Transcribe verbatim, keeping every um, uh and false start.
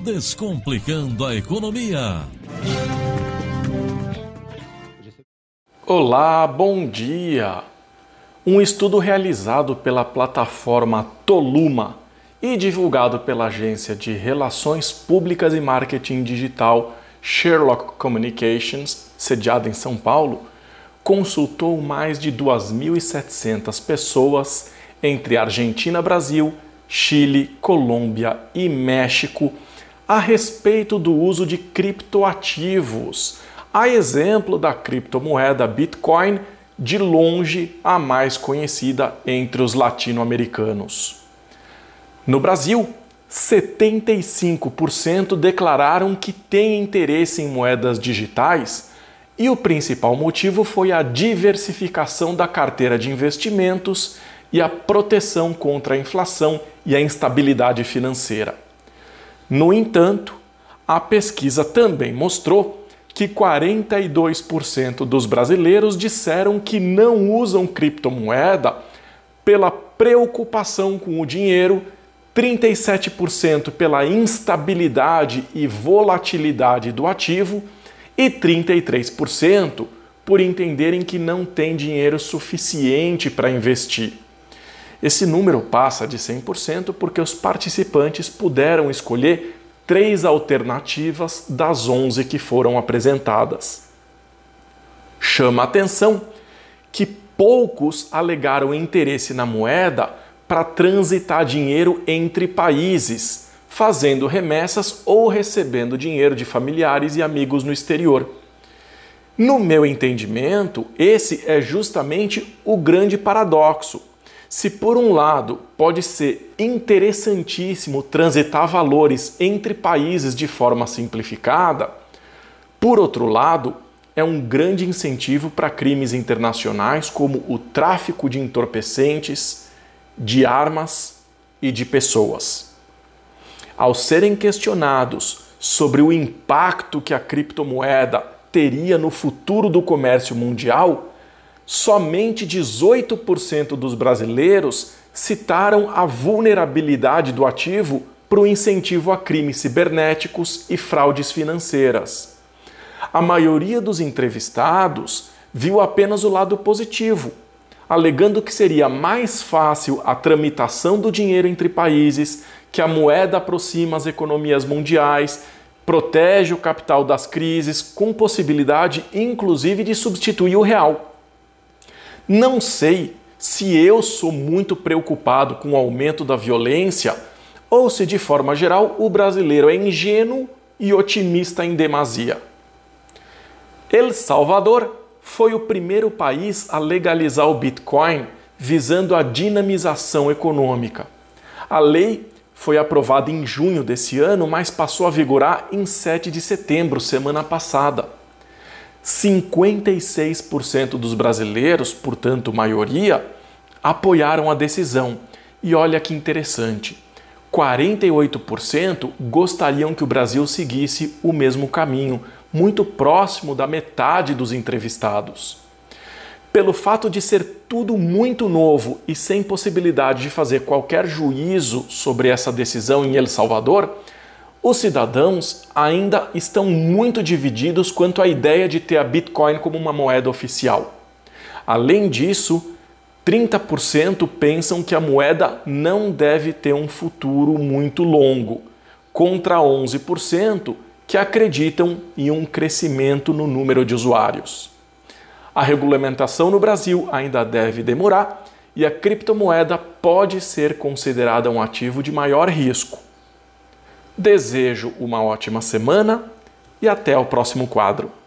Descomplicando a economia. Olá, bom dia! Um estudo realizado pela plataforma Toluma e divulgado pela agência de Relações Públicas e Marketing Digital Sherlock Communications, sediada em São Paulo, consultou mais de duas mil e setecentas pessoas entre Argentina, Brasil, Chile, Colômbia e México a respeito do uso de criptoativos, a exemplo da criptomoeda Bitcoin, de longe a mais conhecida entre os latino-americanos. No Brasil, setenta e cinco por cento declararam que têm interesse em moedas digitais e o principal motivo foi a diversificação da carteira de investimentos e a proteção contra a inflação e a instabilidade financeira. No entanto, a pesquisa também mostrou que quarenta e dois por cento dos brasileiros disseram que não usam criptomoeda pela preocupação com o dinheiro, trinta e sete por cento pela instabilidade e volatilidade do ativo e trinta e três por cento por entenderem que não tem dinheiro suficiente para investir. Esse número passa de cem por cento porque os participantes puderam escolher três alternativas das onze que foram apresentadas. Chama a atenção que poucos alegaram interesse na moeda para transitar dinheiro entre países, fazendo remessas ou recebendo dinheiro de familiares e amigos no exterior. No meu entendimento, esse é justamente o grande paradoxo. Se por um lado pode ser interessantíssimo transitar valores entre países de forma simplificada, por outro lado, é um grande incentivo para crimes internacionais como o tráfico de entorpecentes, de armas e de pessoas. Ao serem questionados sobre o impacto que a criptomoeda teria no futuro do comércio mundial, somente dezoito por cento dos brasileiros citaram a vulnerabilidade do ativo para o incentivo a crimes cibernéticos e fraudes financeiras. A maioria dos entrevistados viu apenas o lado positivo, alegando que seria mais fácil a tramitação do dinheiro entre países, que a moeda aproxima as economias mundiais, protege o capital das crises, com possibilidade inclusive de substituir o real. Não sei se eu sou muito preocupado com o aumento da violência ou se, de forma geral, o brasileiro é ingênuo e otimista em demasia. El Salvador foi o primeiro país a legalizar o Bitcoin visando a dinamização econômica. A lei foi aprovada em junho desse ano, mas passou a vigorar em sete de setembro, semana passada. cinquenta e seis por cento dos brasileiros, portanto maioria, apoiaram a decisão. E olha que interessante, quarenta e oito por cento gostariam que o Brasil seguisse o mesmo caminho, muito próximo da metade dos entrevistados. Pelo fato de ser tudo muito novo e sem possibilidade de fazer qualquer juízo sobre essa decisão em El Salvador, os cidadãos ainda estão muito divididos quanto à ideia de ter a Bitcoin como uma moeda oficial. Além disso, trinta por cento pensam que a moeda não deve ter um futuro muito longo, contra onze por cento que acreditam em um crescimento no número de usuários. A regulamentação no Brasil ainda deve demorar e a criptomoeda pode ser considerada um ativo de maior risco. Desejo uma ótima semana e até o próximo quadro.